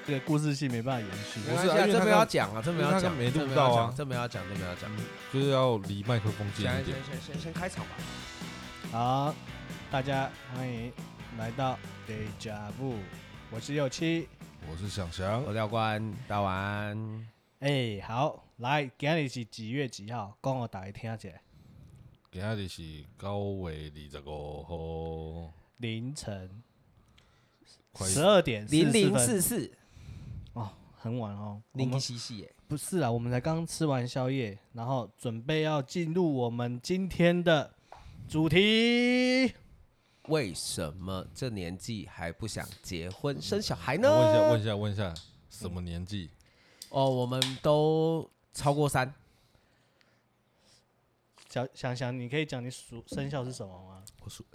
这个故事性没办法延续。 不是啊，这没有要讲啊，这没有要讲， 没录到啊， 这没有要讲， 就是要离麦克风近一点。 先开场吧。 好，大家欢迎来到 Deja Vu， 我是67， 我是想翔， 我教官，大晚安。 好，来，今日是几月几号？讲我大家听起来。 今日是9月25号凌晨快 12点 0044 哦，很晚哦。 零七系耶， 不是啊，我们才刚吃完宵夜，然后准备要进入我们今天的主题。 为什么这年纪还不想结婚生小孩呢？ 问一下，什么年纪？ 哦，我们都超过3。 想，你可以讲你生肖是什么吗？ 我属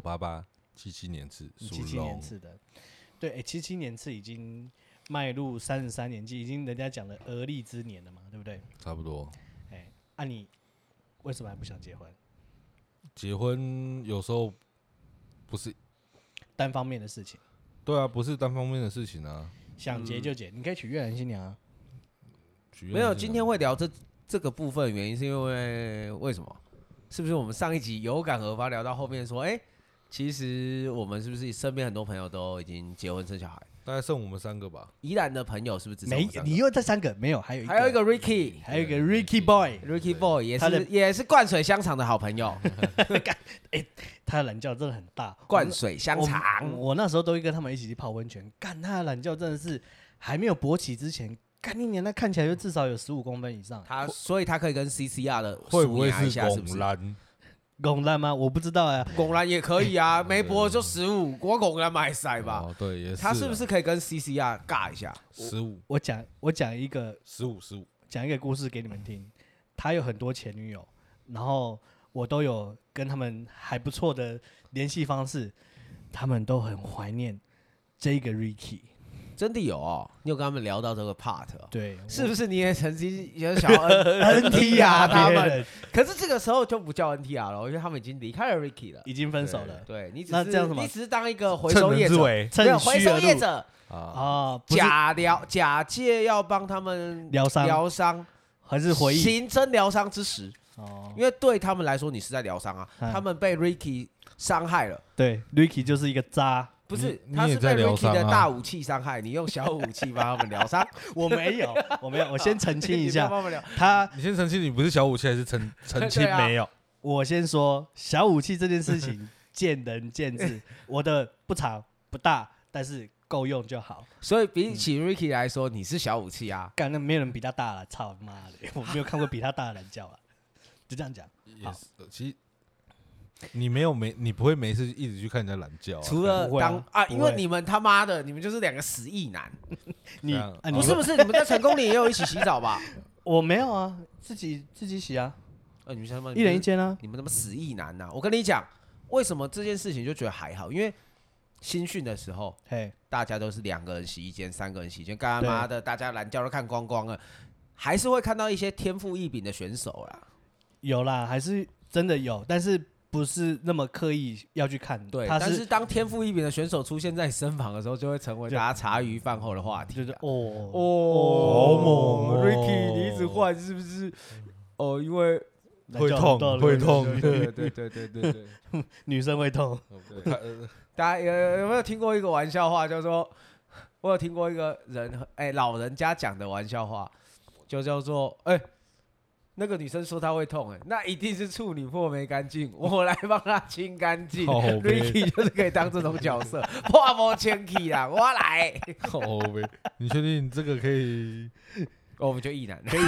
1988，77年次，属龙。 77年次的，对，77年次已经迈入33年纪，已经人家讲的而立之年了嘛，对不对？ 差不多。 你为什么还不想结婚？ 结婚有时候不是单方面的事情。 对啊，不是单方面的事情啊。 想结就结，你可以娶越南新娘啊。 没有，今天会聊这个部分，原因是因为什么？是不是我们上一集有感而发，聊到后面说，其实我们是不是身边很多朋友都已经结婚生小孩？ 大概剩我们3个吧。 宜兰的朋友是不是只剩我们3个？ 你又这3个没有，还有一个 Ricky， 还有一个 Ricky Boy，Ricky Boy 也是灌水香肠的好朋友。 他的懒觉真的很大， 灌水香肠。 我那时候都会跟他们一起去泡温泉，干他的懒觉真的是还没有勃起之前。干一年，他看起来就至少有15公分以上。 所以他可以跟 CCR 的会不会是拱篮？ 拱篮吗？我不知道啊。 拱篮也可以啊，没勃就15，我拱篮买塞吧。 哦，对，也是。 他是不是可以跟 CCR 尬一下 ？15。 我讲一个 15， 讲一个故事给你们听。他有很多前女友，然后我都有跟他们还不错的联系方式，他们都很怀念这个 Ricky。 真的有哦，你有跟他们聊到这个 part 哦？ 对， 是不是你也曾经也想要 NTR 他们？可是这个时候就不叫 NTR 了，因为他们已经离开了 Ricky 了， 已经分手了。 对，你只是当一个回收业者，回收业者啊，假借要帮他们疗伤， 还是回忆行真疗伤之时。哦，因为对他们来说，你是在疗伤啊，他们被 Ricky 伤害了。 对 ，Ricky 就是一个渣。 不是，他是被 Ricky 的大武器伤害，你用小武器帮他们疗伤。 我没有，我先澄清一下。 你先澄清，你不是小武器还是澄清没有？ 我先说小武器这件事情见仁见智，我的不长不大，但是够用就好。 所以比起 Ricky 来说，你是小武器啊。 干，那没有人比他大了，操妈的，我没有看过比他大的懒觉啊。就这样讲。 也是，其实。你不会没事一直去看人家懒觉， 除了因为你们他妈的，你们就是2个死异男。不是，你们在成功里也有一起洗澡吧？ 我没有啊，自己洗啊。 你们他妈一人一间啊？ 你们他妈死异男呐！我跟你讲，为什么这件事情就觉得还好？因为新训的时候，大家都是2个人洗一间，3个人洗一间，干妈的，大家懒觉都看光光了，还是会看到一些天赋异禀的选手啦。 有啦，还是真的有，但是。不是那么刻意要去看， 对，但是当天赋异禀的选手出现在身旁的时候，就会成为大家茶余饭后的话题。 就是好猛 ，Ricky， 你一直换是不是？哦，因为会痛， 对， 女生会痛。 大家有没有听过一个玩笑话？就是说，我有听过一个人，老人家讲的玩笑话，就叫做那个女生说她会痛，那一定是处女破没干净，我来帮她清干净。Ricky 就是可以当这种角色，破无清气啦，我来。 你确定这个可以？ 我们就异男， 可以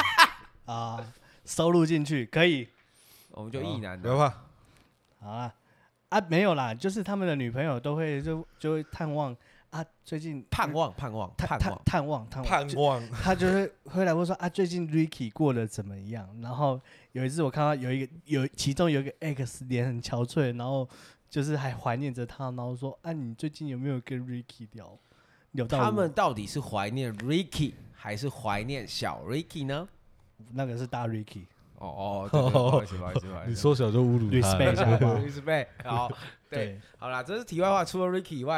收录进去，可以。 我们就异男， 不要怕。 好啊，没有啦，就是他们的女朋友都会就会探望。最近盼望， 他就是会来问说最近 Ricky 过得怎么样？然后有一次我看到其中有一个 X 脸很憔悴，然后就是还怀念着他，然后说你最近有没有跟 Ricky 聊到？ 他们到底是怀念 Ricky 还是怀念小 Ricky 呢？ 那个是大 Ricky。 对，不好意思， 你缩小就侮辱他。 respect 好，对，好啦，这是题外话。除了 Ricky 以外。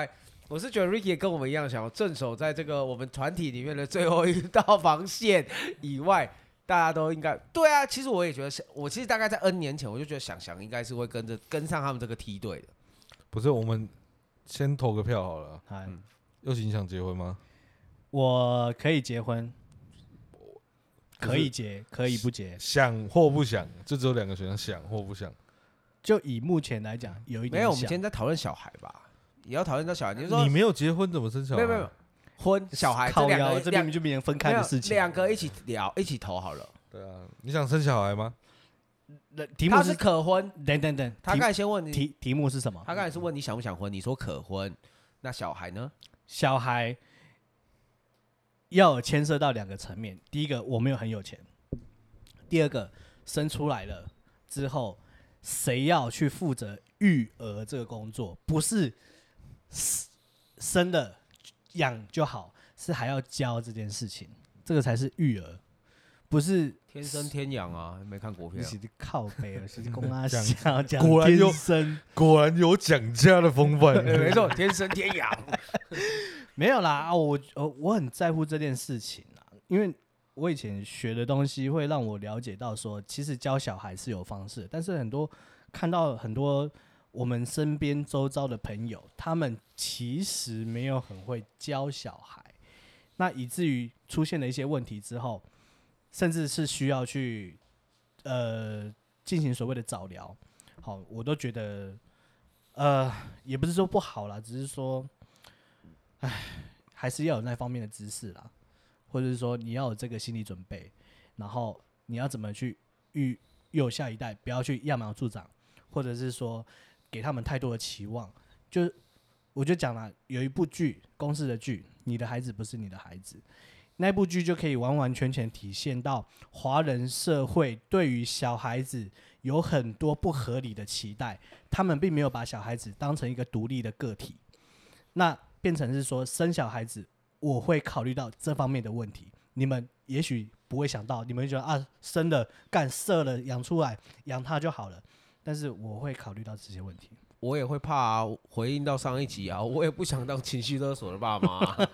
我是觉得 Ricky 跟我们一样，想要镇守在这个我们团体里面的最后一道防线以外，大家都应该对啊。其实我也觉得，我其实大概在 N 年前，我就觉得想想应该是会跟上他们这个梯队的。 不是，我们先投个票好了。 嗯， 又你想结婚吗？ 我可以结婚，可以结，可以不结， 想或不想，就只有2个选项，想或不想。 就以目前来讲，有一点没有，我们想今天在讨论小孩吧，也要讨论到小孩。你说你没有结婚怎么生小孩？ 没有婚小孩这靠腰， 两个这明明就变成分开的事情。 两个一起聊，一起投好了。 对啊，你想生小孩吗？ 他题目是可婚， 等， 他刚才先问你， 题目是什么？ 他刚才是问你想不想婚，你说可婚，那小孩呢？ 小孩要有牵涉到2个层面，第一个我没有很有钱，第二个生出来了之后，谁要去负责育儿这个工作？不是生了养就好，是还要教这件事情，这个才是育儿，不是天生天养啊，没看国片啊。 你是靠背了，是公阿讲小讲果然有天生果然有蒋家的风范。 没错，天生天养。 没有啦，我很在乎这件事情啦，因为我以前学的东西会让我了解到说，其实教小孩是有方式，但是看到很多我们身边周遭的朋友，他们其实没有很会教小孩，那以至于出现了一些问题之后，甚至是需要去进行所谓的早疗，好，我都觉得也不是说不好啦，只是说。还是要有那方面的知识啦，或者是说你要有这个心理准备，然后你要怎么去育下一代，不要去揠苗助长，或者是说给他们太多的期望。就我就讲了，有一部剧，公视的剧《你的孩子不是你的孩子》，那部剧就可以完完全全体现到华人社会对于小孩子有很多不合理的期待，他们并没有把小孩子当成一个独立的个体。那变成是说生小孩子，我会考虑到这方面的问题。你们也许不会想到，你们会觉得啊，生了干射了养出来养他就好了，但是我会考虑到这些问题。 我也会怕啊，回应到上一集啊，我也不想当情绪勒索的爸妈啊。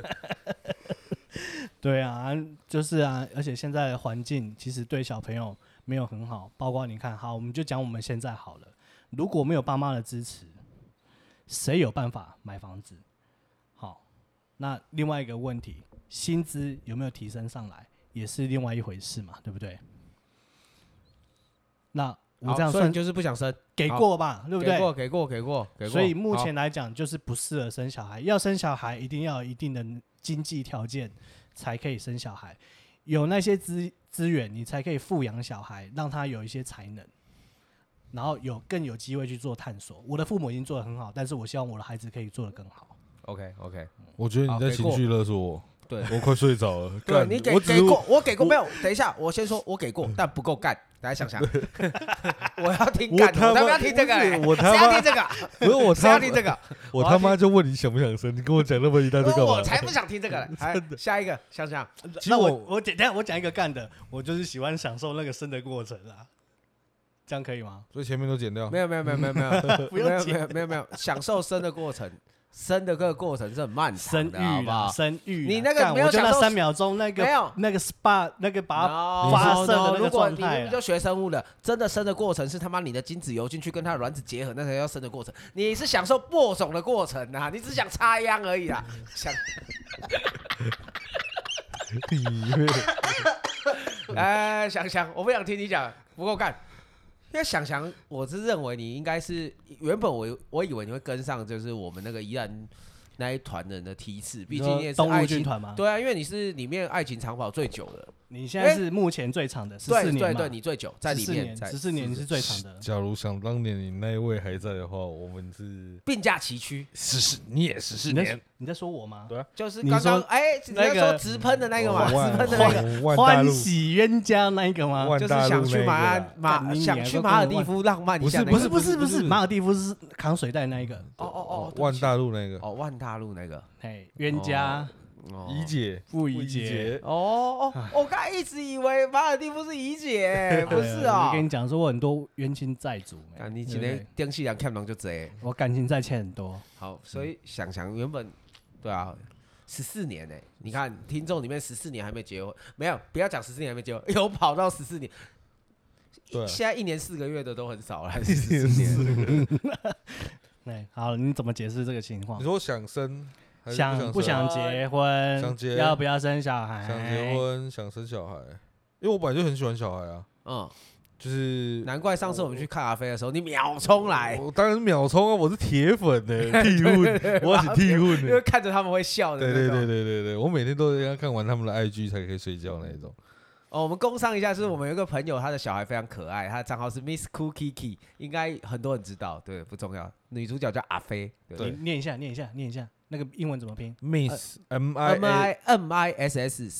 对啊，就是啊，而且现在的环境其实对小朋友没有很好，包括你看，好，我们就讲我们现在好了，如果没有爸妈的支持，谁有办法买房子？好，那另外一个问题，薪资有没有提升上来，也是另外一回事嘛，对不对？那我这样算就是不想生， 给过吧，对不对？ 给过。 所以目前来讲，就是不适合生小孩。要生小孩，一定要有一定的经济条件才可以生小孩，有那些资源，你才可以富养小孩，让他有一些才能。然后更有机会去做探索。我的父母已经做得很好，但是我希望我的孩子可以做得更好。 OK， 我觉得你在情绪勒索我， 对我快睡着了。 对你给过，我给过没有？等一下，我先说，我给过，但不够干。大家想想，我要听干，我他妈要听这个， 我他妈要听这个， 不是我谁要听这个？ 我他妈就问你想不想生，你跟我讲那么一大堆干嘛？ 我才不想听这个。下一个，想想， 那我讲一个干的，我就是喜欢享受那个生的过程啦。这样可以吗？ 所以前面都剪掉。 没有， 不用剪， 没有，享受生的过程，生的这个过程是很漫长的，好不好？ 生育， 你那个没有享受那3秒钟，那个没有那个 SPA 那个把它发射的那个状态。 如果你就学生物的，真的生的过程是他妈你的精子游进去跟它的卵子结合，那才叫生的过程。你是享受播种的过程啊，你只想插秧而已啦。想，我不想听你讲，不够干。因为想，我是认为你应该是原本我以为你会跟上，就是我们那个宜兰那一团人的梯次，毕竟你也是动爱情物军团吗？ 对啊，因为你是里面爱情长跑最久的， 你现在是目前最长的14年嘛？ 对，你最久在里面 14年你是最长的。 假如想当年你那一位还在的话，我们是并驾齐驱。 你也14年。 你在说我吗？ 对啊， 就是刚刚你在说直喷的那个嘛，直喷的那个欢喜冤家那一个吗？ 就是想去马尔地夫浪漫一下。 不是，马尔地夫是扛水袋那一个。 哦， 万大陆那个。 哦，万大陆那个。 嘿，冤家。 怡姐， 傅怡姐。 哦，我刚才一直以为马尔蒂夫是怡姐，不是啊。 我跟你讲说，我很多冤亲债主。 你今天电器人看忙就这。 我感情债欠很多。 好，所以想原本，对啊，14年呢。你看听众里面14年还没结婚，没有，不要讲14年还没结婚，有跑到14年。 对， 现在1年4个月的都很少了，14年。 对，好，你怎么解释这个情况？ 你说想生， 想不想结婚？ 想结， 要不要生小孩？ 想结婚，想生小孩。因为我本来就很喜欢小孩啊。就是难怪上次我们去看阿飞的时候，你秒冲来。 我当然是秒冲啊，我是铁粉的，替混，我是替混的， 因为看着他们会笑的。 对，我每天都要看完他们的 IG 才可以睡觉那一种。 我们工商一下，是我们有一个朋友，他的小孩非常可爱，他的账号是 Miss Cookie Key， 应该很多人知道，对，不重要。女主角叫阿飞， 你念一下，那个英文怎么拼 ？Miss MISS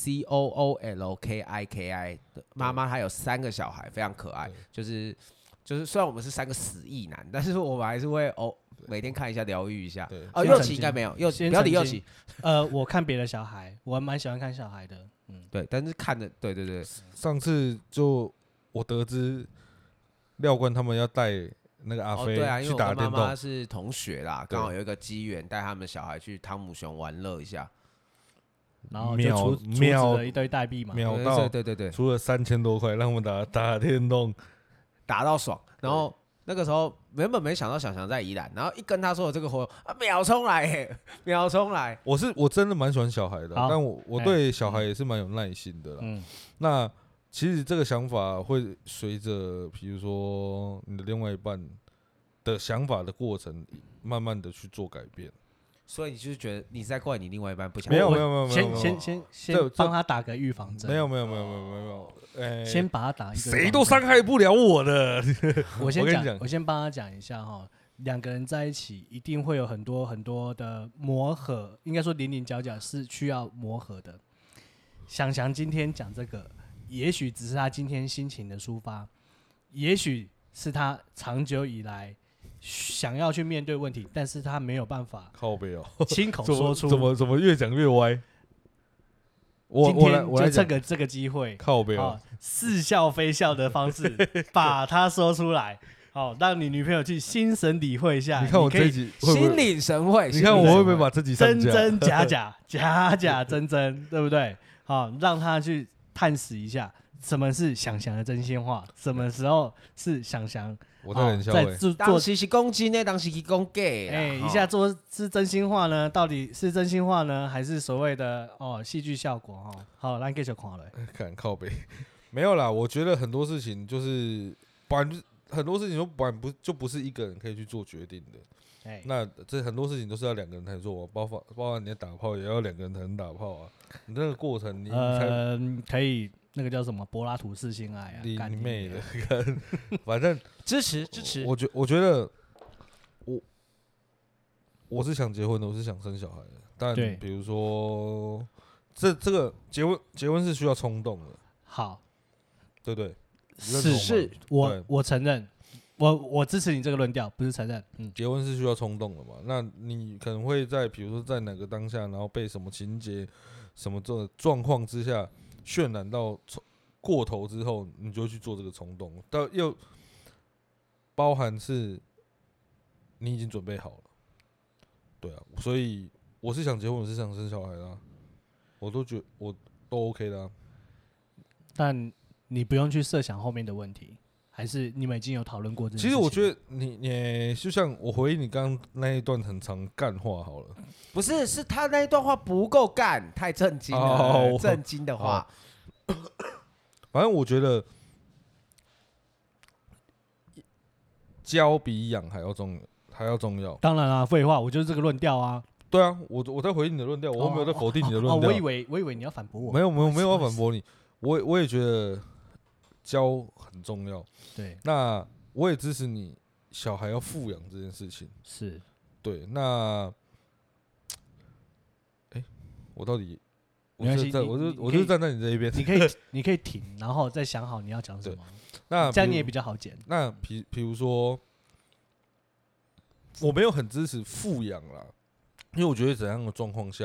COOLKIKI， 妈妈她有3个小孩，非常可爱。就是虽然我们是3个死意男，但是我们还是会每天看一下，疗愈一下。佑启应该没有，不要理佑启。 我看别的小孩，我蛮喜欢看小孩的。 对，但是看的，对。 上次就我得知廖冠他们要带那个阿飞去打电动， 因为我跟妈妈是同学啦，刚好有一个机缘带他们小孩去汤姆熊玩乐一下， 然后就秒了一堆代币嘛， 秒到， 对， 出了3000多块，让我们打电动， 打到爽。然后那个时候原本没想到小翔在宜兰，然后一跟他说有这个活动，秒冲来，秒冲来。 我真的蛮喜欢小孩的，但我对小孩也是蛮有耐心的啦。那其实这个想法会随着，比如说你的另外一半的想法的过程，慢慢的去做改变。 所以你就是觉得你在怪你另外一半不想？ 没有， 先帮他打个预防针。 没有， 先把他打一个。 谁都伤害不了我的。 我先帮他讲一下哈，2个人在一起一定会有很多很多的磨合，应该说零零角角是需要磨合的。想今天讲这个，也许只是他今天心情的抒发，也许是他长久以来想要去面对问题，但是他没有办法靠北哦， 亲口说出。 怎么越讲越歪？ 今天就这个机会， 靠北哦， 似笑非笑的方式把它说出来，让你女朋友去心神理会一下。 你看我这集心领神会， 你看我会不会把这集上架？ 真假真，对不对？让他去探视一下什么是想的真心话，什么时候是想。 我在冷笑当时是公斤呢，当时是公假。 一下做是真心话呢？到底是真心话呢，还是所谓的戏剧效果？好，咱继续看了。 看靠北，没有啦。我觉得很多事情就是很多事情就不是一个人可以去做决定的。那这很多事情都是要2个人才做，包括你打炮也要2个人才能打炮啊。你那个过程你可以。那个叫什么柏拉图式性爱啊？ 你妹的！反正支持。 我觉得我是想结婚的，我是想生小孩的。但比如说这个结婚是需要冲动的。 好， 对不对？ 是我承认，我支持你这个论调，不是承认。 结婚是需要冲动的嘛？那你可能会在比如说在哪个当下，然后被什么情节、什么这种状况之下。渲染到过头之后，你就会去做这个冲动，但又包含是你已经准备好了，对啊，所以我是想结婚，我是想生小孩啦，我都觉得我都 OK 的啊。 但你不用去设想后面的问题，还是你们已经有讨论过这件事情？ 其实我觉得你就像我回应你刚刚那一段很长干话好了， 不是，是他那一段话不够干，太震惊了，震惊的话。 反正我觉得教比养还要重要。 当然啦，废话，我就是这个论调啊。 对啊，我在回应你的论调，我没有在否定你的论调。 我以为你要反驳我。 没有要反驳你，我也觉得教很重要。 对， 那我也支持你小孩要富养这件事情。 是， 对。那，我到底？ 没关系， 我就站在你这一边。 你可以停，然后再想好你要讲什么。 那这样你也比较好剪。 那比如说，我没有很支持富养啦，因为我觉得怎样的状况下，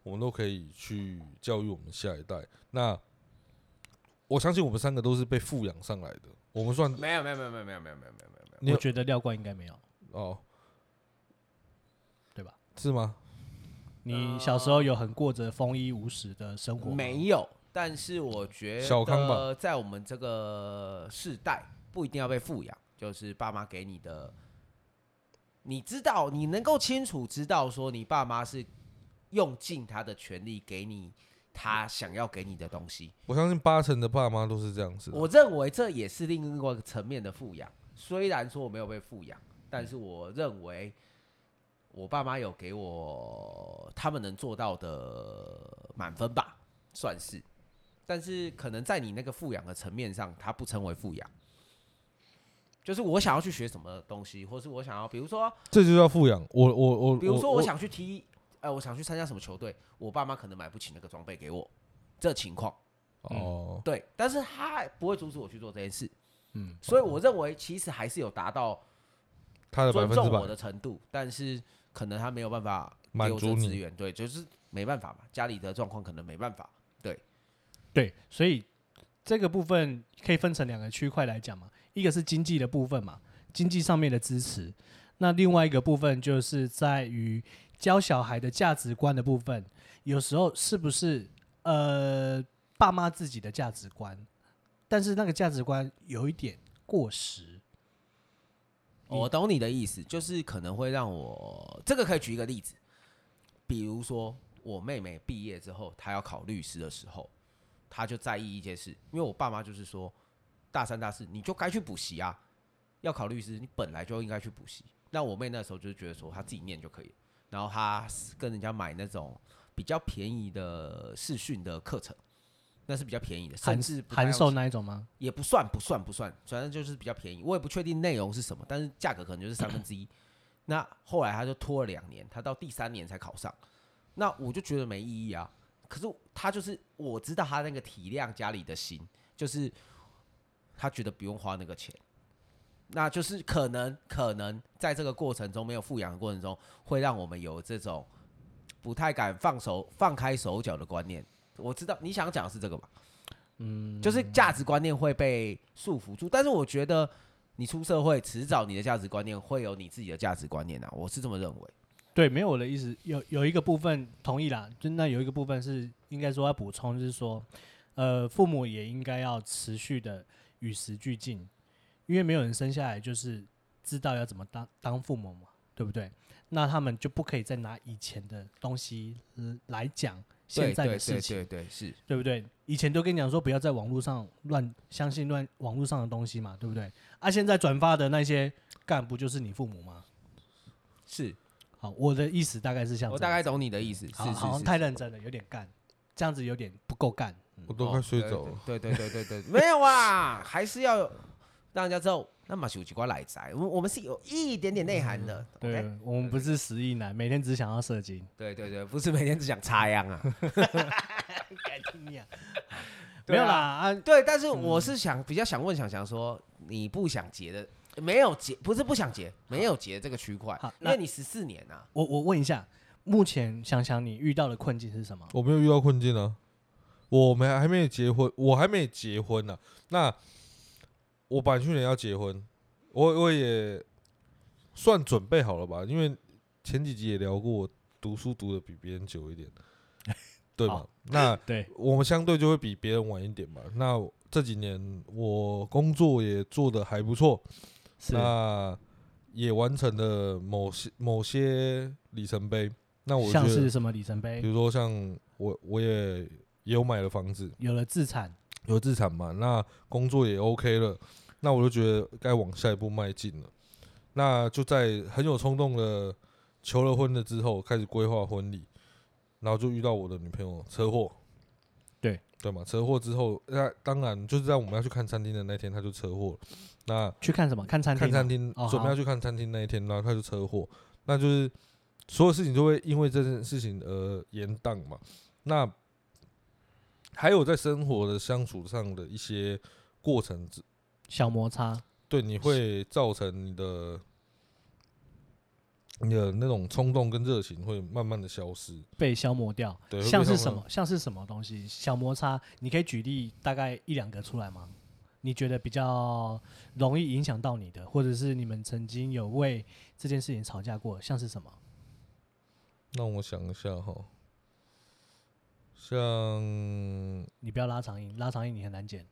我们都可以去教育我们下一代。那我相信我们3个都是被富养上来的，我们算没有， 我觉得廖冠应该没有， 哦， 对吧？ 是吗？ 你小时候有很过着丰衣无食的生活吗？ 没有。但是我觉小康吧得在我们这个世代，不一定要被富养，就是爸妈给你的，你知道，你能够清楚知道说你爸妈是用尽他的全力给你他想要给你的东西。 我相信80%的爸妈都是这样子的。 我认为这也是另外一个层面的富养。虽然说我没有被富养，但是我认为我爸妈有给我他们能做到的满分吧，算是。但是可能在你那个富养的层面上，它不称为富养。就是我想要去学什么东西，或是我想要，比如说， 这就叫富养。 比如说我想去踢，我想去参加什么球队，我爸妈可能买不起那个装备给我，这情况。 哦， 对，但是他不会阻止我去做这件事。所以我认为其实还是有达到他的尊重我 100% 的程度，但是可能他没有办法给我满足你这资源，对，就是没办法嘛，家里的状况可能没办法， 对，所以这个部分可以分成2个区块来讲嘛，一个是经济的部分嘛，经济上面的支持，那另外一个部分就是在于教小孩的价值观的部分，有时候是不是爸妈自己的价值观，但是那个价值观有一点过时。 我懂你的意思，就是可能会让我这个可以举一个例子，比如说我妹妹毕业之后，她要考律师的时候，她就在意一件事，因为我爸妈就是说，大3、大4你就该去补习啊，要考律师你本来就应该去补习。那我妹那时候就是觉得说她自己念就可以了，然后她跟人家买那种比较便宜的视讯的课程。那是比较便宜的，甚至函授那一种吗？ 也不算，反正就是比较便宜。我也不确定内容是什么，但是价格可能就是1/3。那后来他就拖了2年，他到第3年才考上。那我就觉得没意义啊。可是他就是我知道他那个体谅家里的心，就是他觉得不用花那个钱。那就是可能在这个过程中没有富养的过程中，会让我们有这种不太敢放开手脚的观念。我知道你想讲的是这个吧，就是价值观念会被束缚住，但是我觉得你出社会，迟早你的价值观念会有你自己的价值观念啊，我是这么认为。 对，没有我的意思，有一个部分同意啦，就那有一个部分是应该说要补充，就是说，父母也应该要持续的与时俱进，因为没有人生下来就是知道要怎么当父母嘛，对不对？那他们就不可以再拿以前的东西来讲现在的事情， 对，是对不对？以前都跟你讲说不要在网络上相信网络上的东西嘛，对不对？啊，现在转发的那些干不就是你父母吗？ 是， 好，我的意思大概是像我大概懂你的意思， 好像太认真了，有点干，这样子有点不够干。 我都快睡着了。 对，没有啊，还是要让人家知道。那么有几块来宅，我们是有一点点内涵的。 对， okay? 我们不是10亿男，每天只想要射精。 对，不是每天只想插秧啊。 没有啦， 对，但是我是比较想问想说，你不想结的，没有结，不是不想结，没有结这个区块，因为你14年啊。 我问一下，目前想你遇到的困境是什么？ 我没有遇到困境啊，我还没结婚，我还没结婚呢。那我本来去年要结婚，我也算准备好了吧，因为前几集也聊过，我读书读的比别人久一点，对吧？那对， 我们相对就会比别人晚一点嘛。那这几年我工作也做得还不错，那也完成了某些里程碑。那我觉得像是什么里程碑？ 比如说像我也有买了房子， 有了资产嘛，那工作也 OK 了，那我就觉得该往下一步迈进了。那就在很有冲动的求了婚了之后，开始规划婚礼，然后就遇到我的女朋友车祸，对嘛？车祸之后，那当然就是在我们要去看餐厅的那天，他就车祸了。那去看什么？看餐厅？ 看餐厅，准备要去看餐厅那一天，然后他就车祸，那就是所有事情都会因为这件事情而延宕嘛。那还有在生活的相处上的一些过程， 小摩擦， 对，你会造成你的你的那种冲动跟热情会慢慢的消失。 被消磨掉。 对， 像是什么？像是什么东西？小摩擦，你可以举例大概1-2个出来吗？你觉得比较容易影响到你的，或者是你们曾经有为这件事情吵架过，像是什么？ 让我想一下哈，像你不要拉长音，拉长音你很难剪。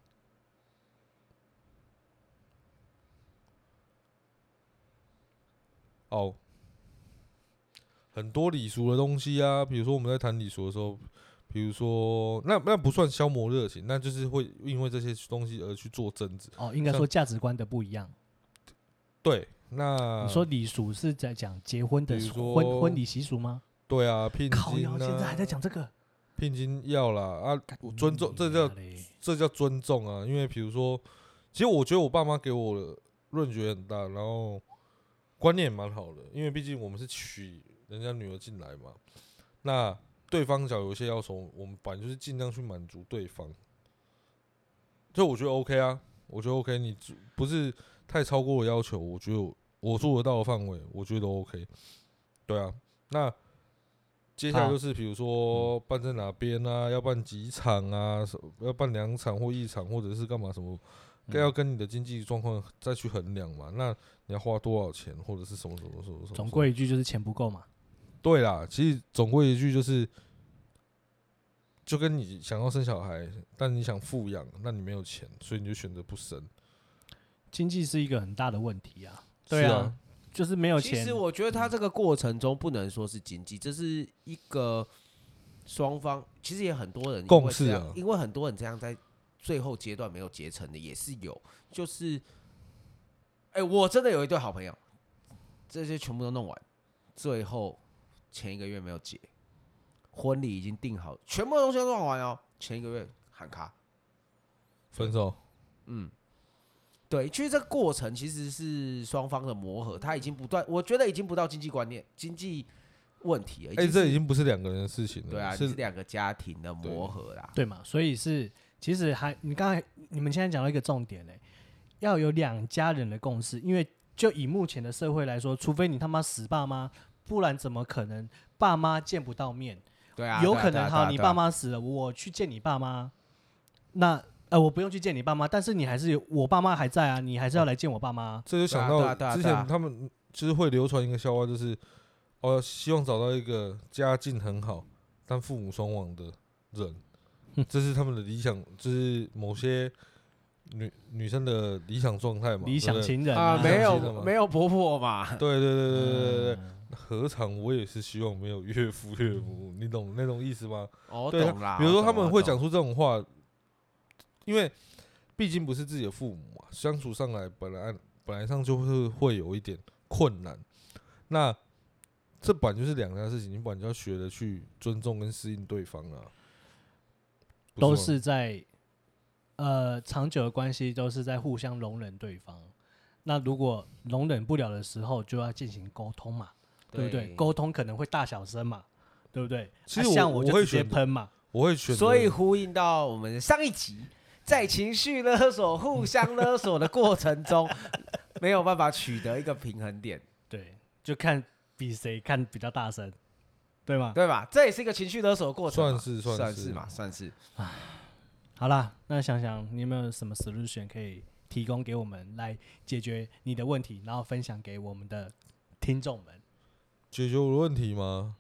哦，很多礼俗的东西啊，比如说我们在谈礼俗的时候，比如说那不算消磨热情，那就是会因为这些东西而去做争执。 哦，应该说价值观的不一样。 对，那你说礼俗是在讲结婚的比如说婚礼习俗吗？ 对啊，聘金靠腰，现在还在啊， 讲这个？ 聘金要啦啊，尊重，这叫尊重啊。因为比如说，其实我觉得我爸妈给我的论觉很大，然后观念也蛮好的，因为毕竟我们是娶人家女儿进来嘛，那对方假如有一些要求，我们本来就是尽量去满足对方，所以我觉得 OK 啊，我觉得 OK， 你不是太超过我要求，我觉得我做得到的范围，我觉得都 OK， 对啊，那接下来就是比如说办在哪边啊，要办几场啊，要办2场或1场，或者是干嘛什么，要跟你的经济状况再去衡量嘛。那你要花多少钱，或者是什么。 总归一句就是钱不够嘛。 对啦，其实总归一句就是，就跟你想要生小孩，但你想富养，那你没有钱，所以你就选择不生。 经济是一个很大的问题啊。对啊，就是没有钱。 其实我觉得他这个过程中不能说是经济，这是一个双方，其实也很多人共识啊， 因为很多人这样在最后阶段没有结成的也是有，就是，我真的有一对好朋友，这些全部都弄完，最后前1个月没有结，婚礼已经定好，全部东西都弄完哦，前1个月喊卡， 分手。 对，其实这个过程其实是双方的磨合，他已经不断，我觉得已经不到经济观念、经济问题了。 这已经不是2个人的事情了， 对啊，是2个家庭的磨合啦。 对嘛？所以是，其实你刚才你们现在讲到一个重点嘞，要有2家人的共识，因为就以目前的社会来说，除非你他妈死爸妈，不然怎么可能爸妈见不到面？ 对啊， 有可能好，你爸妈死了，我去见你爸妈，那我不用去见你爸妈，但是你还是有我爸妈还在啊，你还是要来见我爸妈。 这就想到之前他们就是会流传一个笑话，就是希望找到一个家境很好但父母双亡的人，这是他们的理想，就是某些女生的理想状态嘛， 理想情人啊，没有婆婆嘛。 对，何尝我也是希望没有岳父岳母，你懂那种意思吗？ 懂啦。 比如说他们会讲出这种话，因为毕竟不是自己的父母嘛，相处上来本来上就会有一点困难。那这本来就是2家事情，你本来就要学着去尊重跟适应对方啊。 都是在长久的关系都是在互相容忍对方。那如果容忍不了的时候，就要进行沟通嘛，对不对？沟通可能会大小声嘛，对不对？ 其实像我就直接喷嘛， 我会选择。 所以呼应到我们上一集，在情绪勒索、互相勒索的过程中，没有办法取得一个平衡点。 对，就看比谁看比较大声，对吗？ 对吧？这也是一个情绪勒索的过程嘛， 算是嘛，算是。 好啦，那想想你有没有什么 solution 可以提供给我们来解决你的问题，然后分享给我们的听众们？ 解决我的问题吗？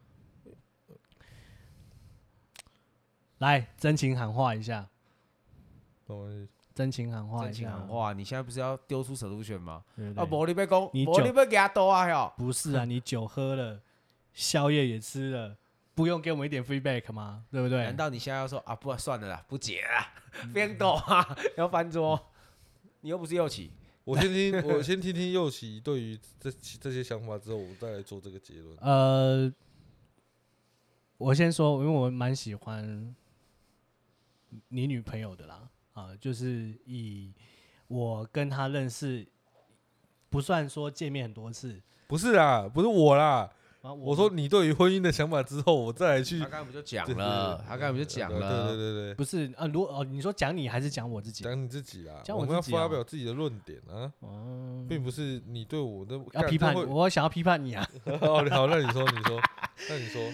来，真情喊话一下。真情喊话一下。 真情喊话，你现在不是要丢出 solution 吗？ 啊， 不，你别讲，你别给他多啊，哟。 不是啊，你酒喝了，宵夜也吃了，不用给我们一点 feedback 吗？对不对？ 难道你现在要说啊，不算了啦，不结啦，边斗啊，要翻桌？你又不是右起。 我先听听右起对于这些想法之后，我再来做这个结论。 我先说，因为我蛮喜欢你女朋友的啦，就是以我跟她认识，不算说见面很多次， 不是啦，不是我啦， 啊， 我说你对于婚姻的想法之后，我再来去他。刚才不就讲对了？他刚才不就讲了？ 对对对对， 不是啊，你说讲你还是讲我自己？ 讲你自己啦， 讲我们要我自己啊发表自己的论点啊， 哦， 并不是你对我的要批判， 干这会我想要批判你啊。 哦，好，那你说，那你说，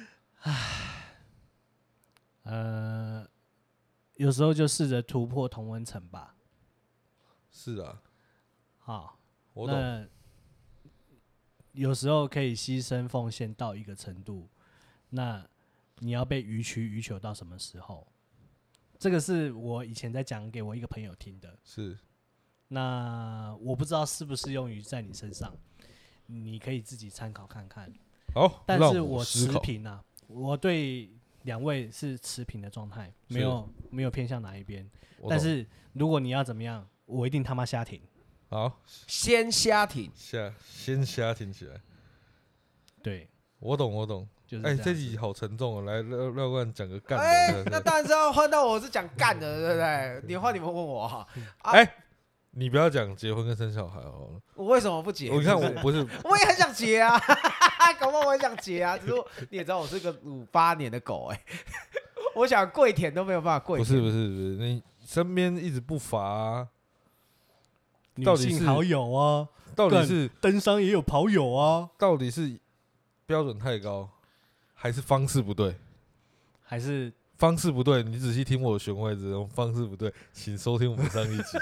有时候就试着突破同温层吧。 是啊， 好， 我懂， 那有时候可以牺牲奉献到一个程度，那你要被予取予求到什么时候？这个是我以前在讲给我一个朋友听的。 是那我不知道适不适用于在你身上，你可以自己参考看看。 好，让但是我思考。 持平啊，我对两位是持平的状态， 是没有偏向哪一边。 我懂但是如果你要怎么样，我一定他妈瞎挺。 好， 先瞎挺， 先瞎听起来， 对， 我懂。 就是哎， 这样子。 这集好沉重哦，来廖冠讲个干哎、 的。 那当然是要换到我是讲干的，对不对？你换你们问我哈， 哎，你不要讲结婚跟生小孩好了。 我为什么不结？ 我看我是不是， 我也很想结啊，搞不好我也想结啊，只是你也知道我是个58年的狗哎、我想跪舔都没有办法跪舔。 不是，你身边一直不乏啊， 女到底是性好友啊， 到底是登山也有跑友啊， 标准太高，还是方式不对？ 还是方式不对，你仔细听我的弦外之音，方式不对，请收听我们上一集。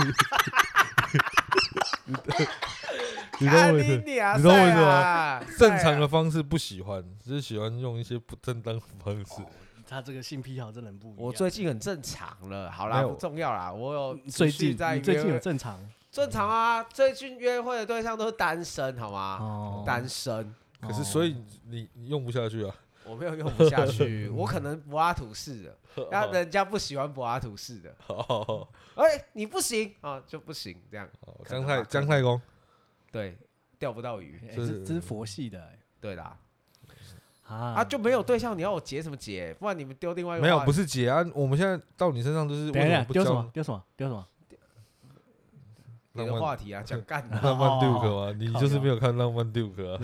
你懂我意思？ 你啊， 你懂我意思吗？ 吗正常的方式不喜欢，只是喜欢用一些不正当的方式。 他这个性癖好真的很不一样。 我最近很正常了，好啦， 没有不重要啦，我有最近持续在你最近有约正常正常啊，最近约会的对象都是单身，好吗？ 哦， 单身， 可是所以你用不下去啊？ 我没有用不下去，我可能柏拉图式的，那人家不喜欢柏拉图式的， 好， 哎，你不行啊，就不行，这样可能吧姜太公， 对，钓不到鱼， 哎这是佛系的哎对啦， 啊就没有对象，你要我结什么结？不然你们丢另外一个没有， 话不是姐啊，我们现在到你身上就是为什么等一下不教丢什么丢什么丢什么？ 别的话题啊，讲干的， 浪漫 Duke 哦吗？你就是没有看浪漫 Duke 啊？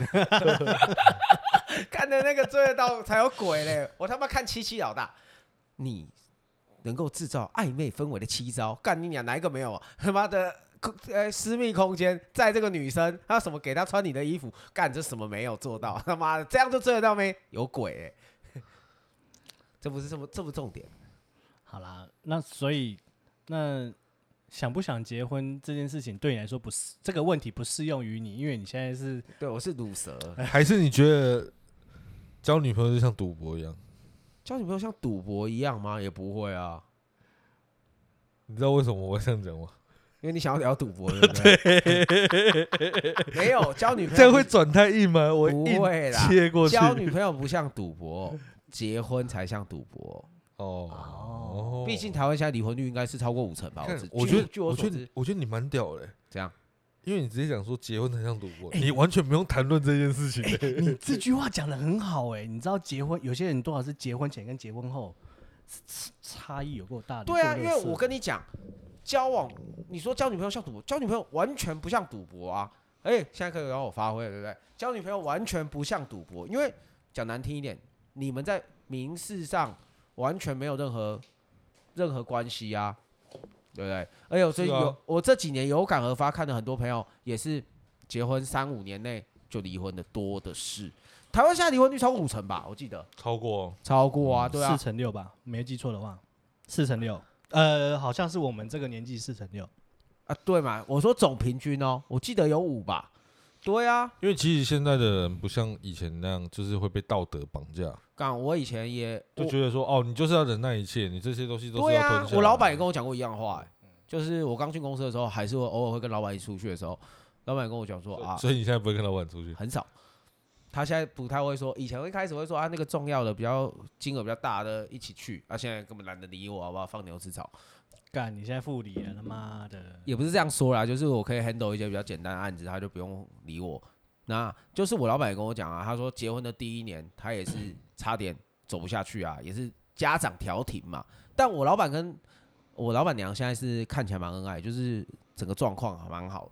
看的那个追得到才有鬼嘞！我他妈看七七老大，你能够制造暧昧氛围的七招，干你娘哪一个没有啊？他妈的，私密空间，在这个女生，她什么给她穿你的衣服，干这什么没有做到？他妈的，这样就追得到没？有鬼哎！这不是这不重点。 好啦，那所以那想不想结婚这件事情对你来说不是这个问题不适用于你，因为你现在是对，我是乳蛇， 还是你觉得交女朋友就像赌博一样？ 交女朋友像赌博一样吗？也不会啊， 你知道为什么我会这样讲吗？ 因为你想要聊赌博，对不对？没有交女朋友这样会转太硬吗？我不硬会啦切过去。 交女朋友不像赌博，结婚才像赌博。 哦， 毕竟台湾现在离婚率应该是超过50%吧？ 我觉得， 据我所知， 我觉得你蛮屌的欸， 这样因为你直接讲说结婚才像赌博，你完全不用谈论这件事情欸。 你这句话讲的很好哎、你知道结婚有些人多少是结婚前跟结婚后差异有够大的。 对啊，因为够垃圾我跟你讲，交往你说交女朋友像赌博，交女朋友完全不像赌博啊！现在可以让我发挥了，对不对？交女朋友完全不像赌博，因为讲难听一点，你们在民事上完全没有任何关系啊，对不对？而且我最近我这几年有感而发，看了很多朋友也是结婚3-5年内就离婚的多的是。台湾现在离婚率超过50%吧？我记得超过啊，对啊， 4%-6%吧，没记错的话，4%-6%，好像是我们这个年纪4%-6%。 啊，对嘛？我说总平均哦，我记得有5吧？对啊， 因为其实现在的人不像以前那样，就是会被道德绑架， 干我以前也就觉得说哦，你就是要忍耐一切，你这些东西都是对要吞下来。， 啊我老板也跟我讲过一样的话、就是我刚进公司的时候，还是偶尔会跟老板一起出去的时候，老板跟我讲说啊， 所以你现在不会跟老板出去？ 很少。他现在不太会说，以前一开始会说啊，那个重要的、比较金额比较大的一起去，现在根本懒得理我，好不好？放牛吃草。 干，你现在副理了，他妈的！ 也不是这样说啦，就是我可以 handle 一些比较简单的案子，他就不用理我。那就是我老板也跟我讲啊，他说结婚的第1年，他也是差点走不下去啊，也是家长调停嘛。但我老板跟我老板娘现在是看起来蛮恩爱，就是整个状况蛮好的。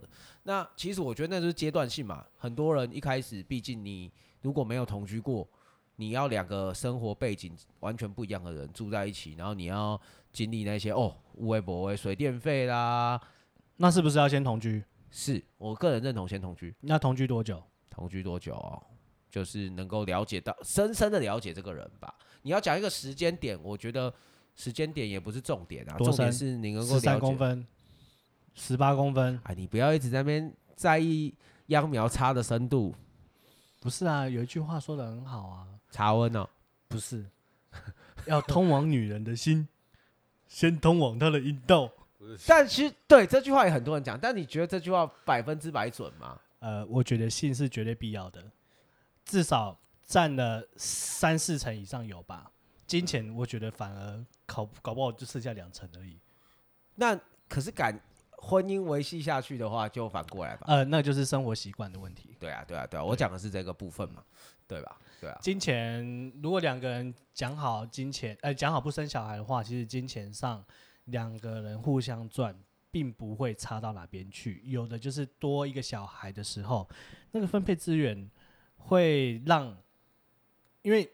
那其实我觉得那就是阶段性嘛。很多人一开始，毕竟你如果没有同居过，你要两个生活背景完全不一样的人住在一起，然后你要经历那些无微不微水电费啦， 那是不是要先同居？ 是我个人认同先同居。 那同居多久？ 同居多久哦？就是能够了解到，深深的了解这个人吧。你要讲一个时间点，我觉得时间点也不是重点啊，重点是你能够了解。 13公分，18公分。 哎，你不要一直在那边在意秧苗插的深度。 不是啊，有一句话说的很好啊， 茶温哦， 不是，要通往女人的心，先通往她的阴道。 但其实对这句话也很多人讲，但你觉得这句话100%准吗？ 我觉得性是绝对必要的，至少占了3-4成以上有吧。金钱我觉得反而搞不好就剩下2成而已。 那可是婚姻维系下去的话，就反过来吧。 那就是生活习惯的问题。 对啊，我讲的是这个部分嘛，对吧？对啊。 金钱如果2个人讲好讲好不生小孩的话，其实金钱上2个人互相赚，并不会差到哪边去。有的就是多一个小孩的时候，那个分配资源会让，因为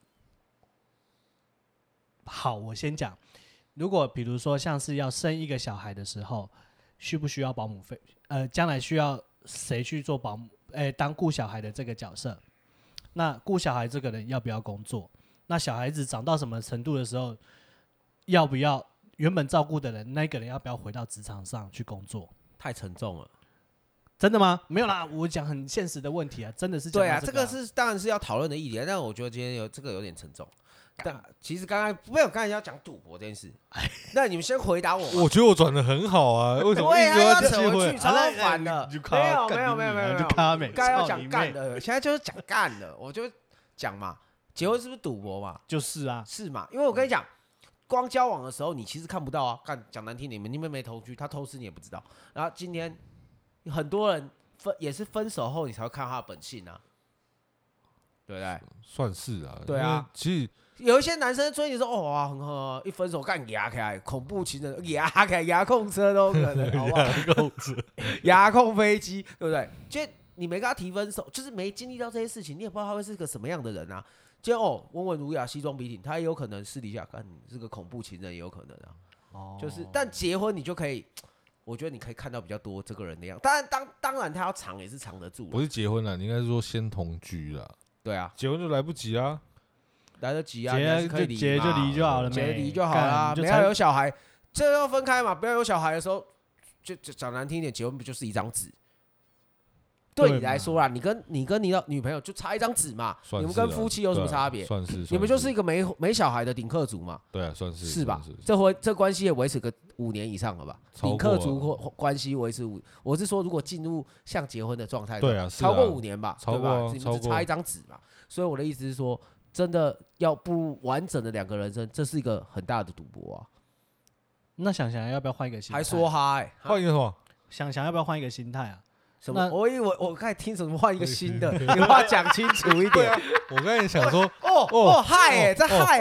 好，我先讲，如果比如说像是要生一个小孩的时候，需不需要保姆费？将来需要谁去做保姆？当顾小孩的这个角色，那顾小孩这个人要不要工作？那小孩子长到什么程度的时候，要不要原本照顾的人那个人要不要回到职场上去工作？ 太沉重了。 真的吗？没有啦，我讲很现实的问题啊，真的是讲到对啊， 这这个是当然是要讨论的议题，但我觉得今天这个有点沉重。但其实刚才要讲赌博这件事，那你们先回答我嘛。 我觉得我转的很好啊，为什么对啊， 一直要这机会扯回去，？超烦的。没有， 就卡美， 刚才要讲干的，现在就是讲干的，我就讲嘛，结婚是不是赌博嘛？ 就是啊， 是嘛？因为我跟你讲，光交往的时候你其实看不到啊，讲难听点，你们没同居，他偷吃你也不知道。然后今天很多人也是分手后你才会看他的本性啊，对不对？ 算是啊， 对啊， 其实有一些男生追你说哇很好，一分手干牙开，恐怖情人牙开，遥控车都可能，好不好？遥控飞机，对不对？就你没跟他提分手，就是没经历到这些事情，你也不知道他会是个什么样的人啊。今天温文儒雅、西装笔挺，他也有可能私底下干是个恐怖情人，也有可能啊。就是，但结婚你就可以，我觉得你可以看到比较多这个人的样子。当然他要藏也是藏得住。 不是结婚了，你应该是说先同居了。 对啊， 结婚就来不及啊。 来得及啊，你还是可以离嘛， 结就离就好了， 结离就好啦，不要有小孩，这要分开嘛，不要有小孩的时候，就讲难听一点，结婚不就是一张纸？对你来说啦，你跟你的女朋友就差一张纸嘛，你们跟夫妻有什么差别？ 算是， 你们就是一个没小孩的顶客族嘛。 对啊，算是是吧？这关系也维持个5年以上了吧？顶客族关系维持我是说，如果进入像结婚的状态， 对啊， 超过5年吧， 超过， 你们只差一张纸嘛。所以我的意思是说，真的要步入完整的2个人生，这是一个很大的赌博啊。 那想想要不要换一个心态？ 还说嗨， 换一个什么？ 想要不要换一个心态啊？ 什么？我以为我刚才听什么换一个新的，你话讲清楚一点。 我刚才想说， 嗨，这嗨，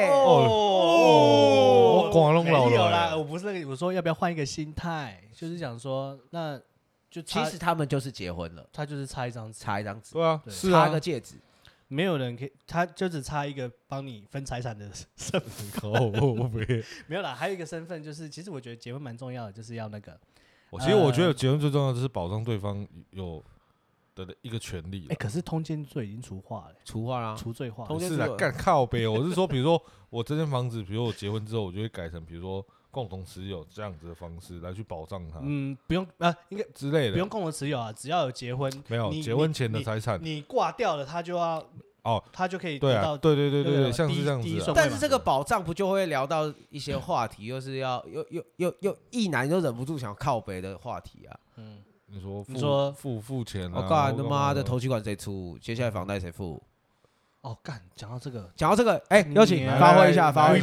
我广东老了。 没有啦，我不是那个，我说要不要换一个心态，就是讲说，那就其实他们就是结婚了， 他就是差一张纸， 对啊，是差个戒指。 没有人可以，他就只差一个帮你分财产的身份。没有啦，还有一个身份就是，其实我觉得结婚蛮重要的，就是要那个。 其实我觉得结婚最重要的就是保障对方有的一个权利。 可是通奸罪已经除化了，除罪化。 不是啊，干靠背。我是说，比如说我这间房子，比如我结婚之后，我就会改成比如说共同持有这样子的方式来去保障它。 不用应该之类的， 不用共同持有啊，只要有结婚， 没有结婚前的财产， 你挂掉了，他就要。他就可以对啊，对，像是这样子。 但是这个保障不就会聊到一些话题，又是要又一男又忍不住想靠北的话题啊。 你说付钱啊？ 我告诉你他妈的，头期款谁出？接下来房贷谁付？ 干，讲到这个， 有请发挥一下， 来，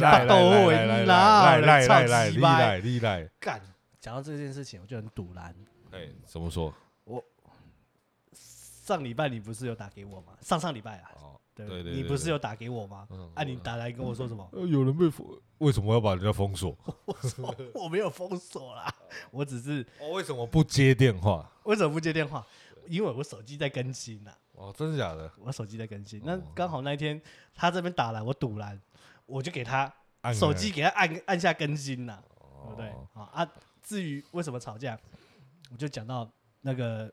干，讲到这件事情，我就很堵然。 怎么说？ 上礼拜你不是有打给我吗？上上礼拜啊， 哦， 对对你不是有打给我吗？啊，你我打来跟我说什么？ 有人被封，为什么要把人家封锁？ 我说我没有封锁啦，我只是为什么不接电话？ 为什么不接电话？因为我手机在更新呐。 哦，真的假的？ 我手机在更新，那刚好那一天他这边打来，我堵拦，我就给他手机给他按下更新呐，对不对？啊，至于为什么吵架，我就讲到那个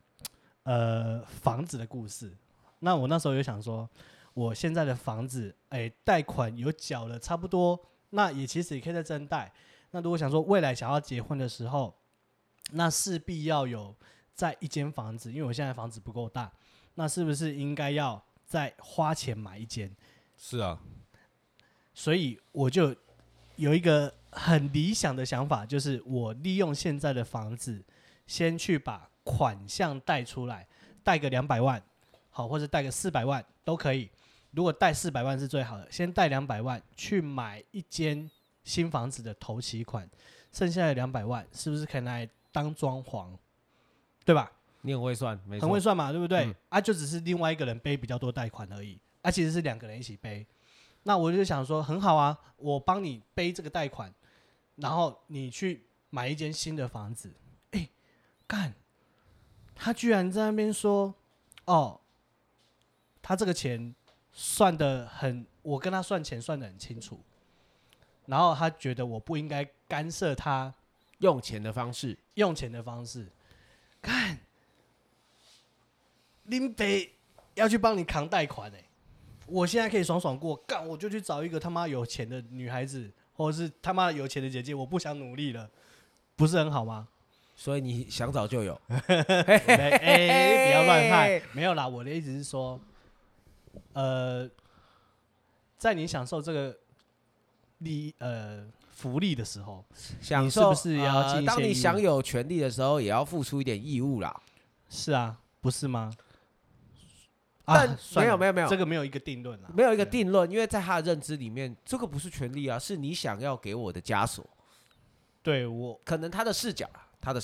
房子的故事。那我那时候有想说，我现在的房子，贷款有缴了差不多，那也其实也可以再增贷。那如果想说未来想要结婚的时候，那势必要有在一间房子，因为我现在房子不够大。那是不是应该要再花钱买一间？ 是啊， 所以我就有一个很理想的想法，就是我利用现在的房子，先去把款项贷出来，贷个200万，好，或者贷个400万都可以。如果贷400万是最好的，先贷200万去买一间新房子的头期款，剩下的200万是不是可以拿来当装潢，对吧？ 你很会算，没错， 很会算嘛，对不对？就只是另外一个人背比较多贷款而已，其实是2个人一起背。那我就想说，很好啊，我帮你背这个贷款，然后你去买一间新的房子。干，他居然在那边说，哦，他这个钱算得很，我跟他算钱算得很清楚，然后他觉得我不应该干涉他用钱的方式， 干。林北要去帮你扛贷款我现在可以爽爽过，干我就去找一个他妈有钱的女孩子，或者是他妈有钱的姐姐，我不想努力了，不是很好吗？ 所以你想找就有。 不要乱害，没有啦，我的意思是说，在你享受这个福利的时候， 享受你是不是也要尽一些义务？ 当你享有权利的时候，也要付出一点义务啦。 是啊，不是吗？ 但没有， 这个没有一个定论啦， 没有一个定论，因为在他的认知里面，这个不是权利啊，是你想要给我的枷锁。 对我可能他的视角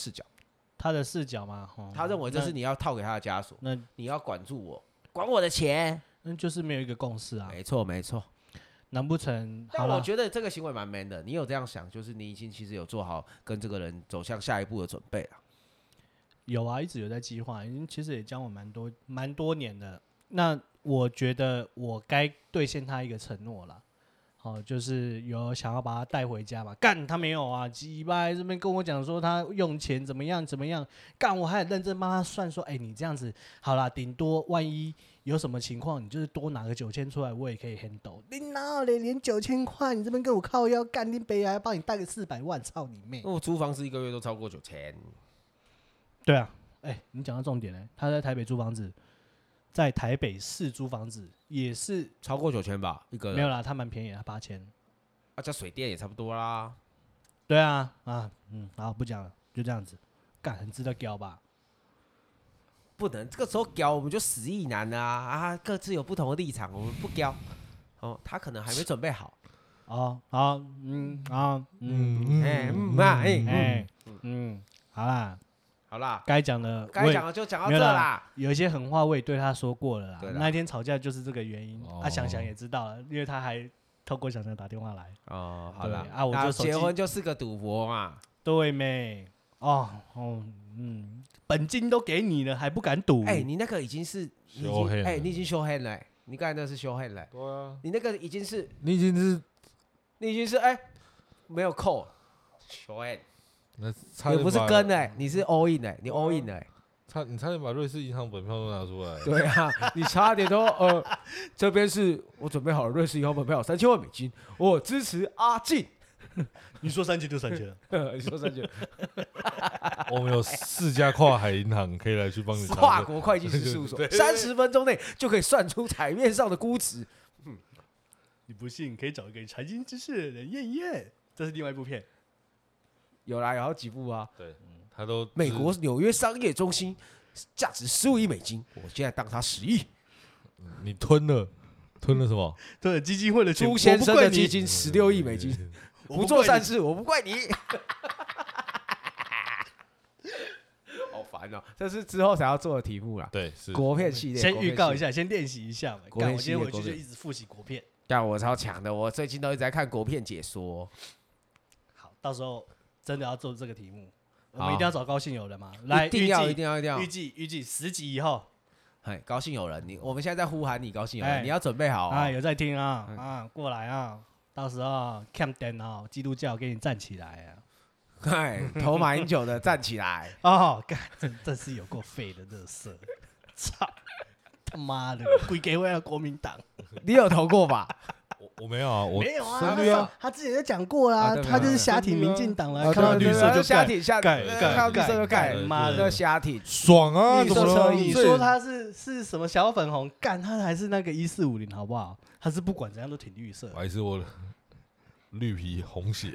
嘛， 他认为这是你要套给他的枷锁， 那你要管住我，管我的钱， 那就是没有一个共识啊。 没错。 难不成？ 但我觉得这个行为蛮 man 的，你有这样想，就是你已经其实有做好跟这个人走向下一步的准备了。 有啊，一直有在计划，其实也交往蛮多年的。那我觉得我该兑现他一个承诺啦，就是有想要把他带回家嘛。干他没有啊，鸡巴这边跟我讲说他用钱怎么样，干我还很认真帮他算说，你这样子好啦，顶多万一有什么情况，你就是多拿个9000出来，我也可以 handle。你哪有连9000块，你这边跟我靠腰干，你北还帮你贷个400万，操你妹！ 我租房子1个月都超过9000。 对啊，你讲到重点了，他在台北租房子。在台北市租房子也是超过9000吧，一个人没有啦，他蛮便宜的，他8000。 加水电也差不多啦。 对啊，好，不讲了，就这样子。干，很值得屌吧？ 不能这个时候屌，我们就死意难啊！各自有不同的立场，我们不屌。他可能还没准备好。 好，好啦，该讲的就讲到这啦。 有一些狠话我也对他说过了啦。那一天吵架就是这个原因。想想也知道了，因为他还透过想想打电话来。 好啦， 我就结婚就是个赌博嘛。 对妹。本金都给你了，还不敢赌？ 你那个已经是你已经show hand了。你刚才那是show hand了。 对啊。 你那个已经是没有扣show hand。也不是跟你是 all in 你 all in 你差点把瑞士银行本票都拿出来。 对啊，你差点都这边是我准备好了瑞士银行本票3000万美金，我支持阿进。 你说3000就3000了， 你说3000。 我们有4家跨海银行可以来去帮你查。 跨国会计师事务所，30分钟内就可以算出台面上的估值。 你不信可以找一个财经知识的人验一验。这是另外一部片。 有啦，有好几部啊。 对，他都美国纽约商业中心价值15亿美金，我现在当他10亿。 你吞了什么？ 吞了基金会的钱。 朱先生的基金16亿美金，不做善事，我不怪你。好烦烦哦，这是之后才要做的题目啦。 对，是国片系列， 先预告一下。 下，先练习一下嘛。 国片干我今天回去就系列国片一直复习国片。 干我超强的，我最近都一直在看国片解说。 好，到时候真的要做这个题目，我好们一定要找高兴友人嘛。来， 一定要， 预计一定要，一定要预。计10集以后哎，高兴有人，我们现在在呼喊你，高兴有人， 哎你要准备好啊， 哦。 有在听啊，过来啊，到时候 Camp 电脑基督教给你站起来啊！ 哎，投马英九的站起来！ 哦，干，真是有够废的乐色，操他妈的，归给我国民党。 你有投过吧？ 我没有啊，我没有啊， 深绿啊， 他之前就讲过啦， 啊对他就是瞎挺民进党啦，看到绿色就瞎挺，瞎盖看到绿色就盖， 妈的那瞎挺。 爽啊！ 绿怎么了？ 色侧翼你说他是什么小粉红？干他还是那个1450好不好？他是不管怎样都挺绿色。 还是我绿皮红血？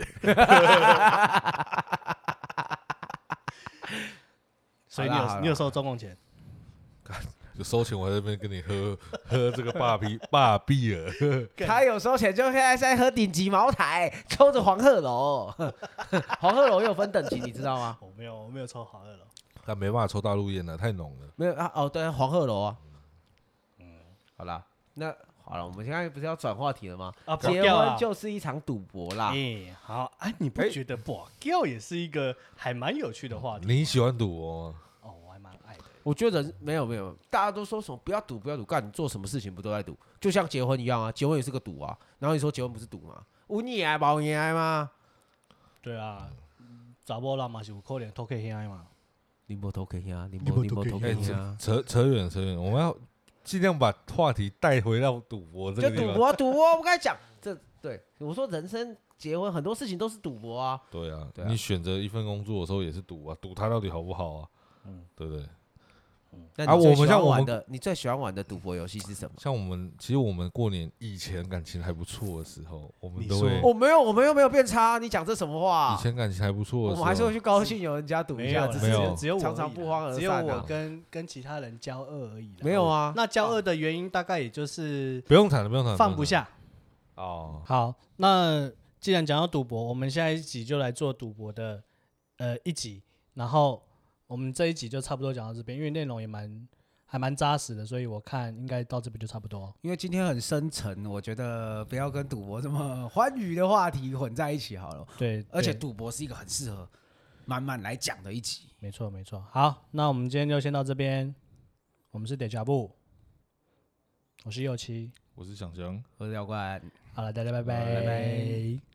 所以好啦你有收中共钱？ 就收钱，我在这边跟你喝这个霸比尔。 他有时候钱就现在在喝顶级茅台，抽着黄鹤楼。黄鹤楼也有分等级，你知道吗？ 我没有抽好二楼。 但没办法抽大陆烟了，太浓了。 没有啊，哦，对，黄鹤楼啊。好啦，那好了，我们现在不是要转话题了吗？ 啊， 结婚就是一场赌博啦。 好啊，你不觉得保钓也是一个还蛮有趣的话题？ 你喜欢赌博吗？ 哦，我还蛮爱的。 我觉得人没有，大家都说什么不要赌，不要赌，干你做什么事情不都在赌？就像结婚一样啊，结婚也是个赌啊。然后你说结婚不是赌吗？有你爱包你爱吗？ 对啊，查某人嘛是有可能偷看兄嘛。 你无偷看啊，你没无偷看偷看啊。 扯远，我们要尽量把话题带回到赌博这就个地方。 赌博，赌博，我刚才讲这对我说，人生结婚很多事情都是赌博啊。 对啊， 对啊你选择一份工作的时候也是赌啊，赌它到底好不好啊？对不对？啊那你最我们像我们喜欢玩的，你最喜欢玩的赌博游戏是什么？ 像其实我们过年以前感情还不错的时候，我们都会你说我没有，我们又没有变差。你讲这什么话以？前感情还不错的时候， 我们还是会去高兴有人家赌一下， 没有啦， 没有只有我常常而已啦不欢而散啊只有我跟其他人交恶而已啦。 没有啊。 那交恶的原因大概也就是不用谈了，不用谈了， 放不下。 哦。 好，那既然讲到赌博，我们下一集就来做赌博的一集，然后我们这一集就差不多讲到这边，因为内容也还蛮扎实的，所以我看应该到这边就差不多。 因为今天很深沉，我觉得不要跟赌博这么欢愉的话题混在一起好了。 对， 而且对赌博是一个很适合慢慢来讲的一集。 没错没错。好，那我们今天就先到这边。我们是点脚步，我是右七， 我是想想。 我是廖冠。 好了，大家拜拜拜拜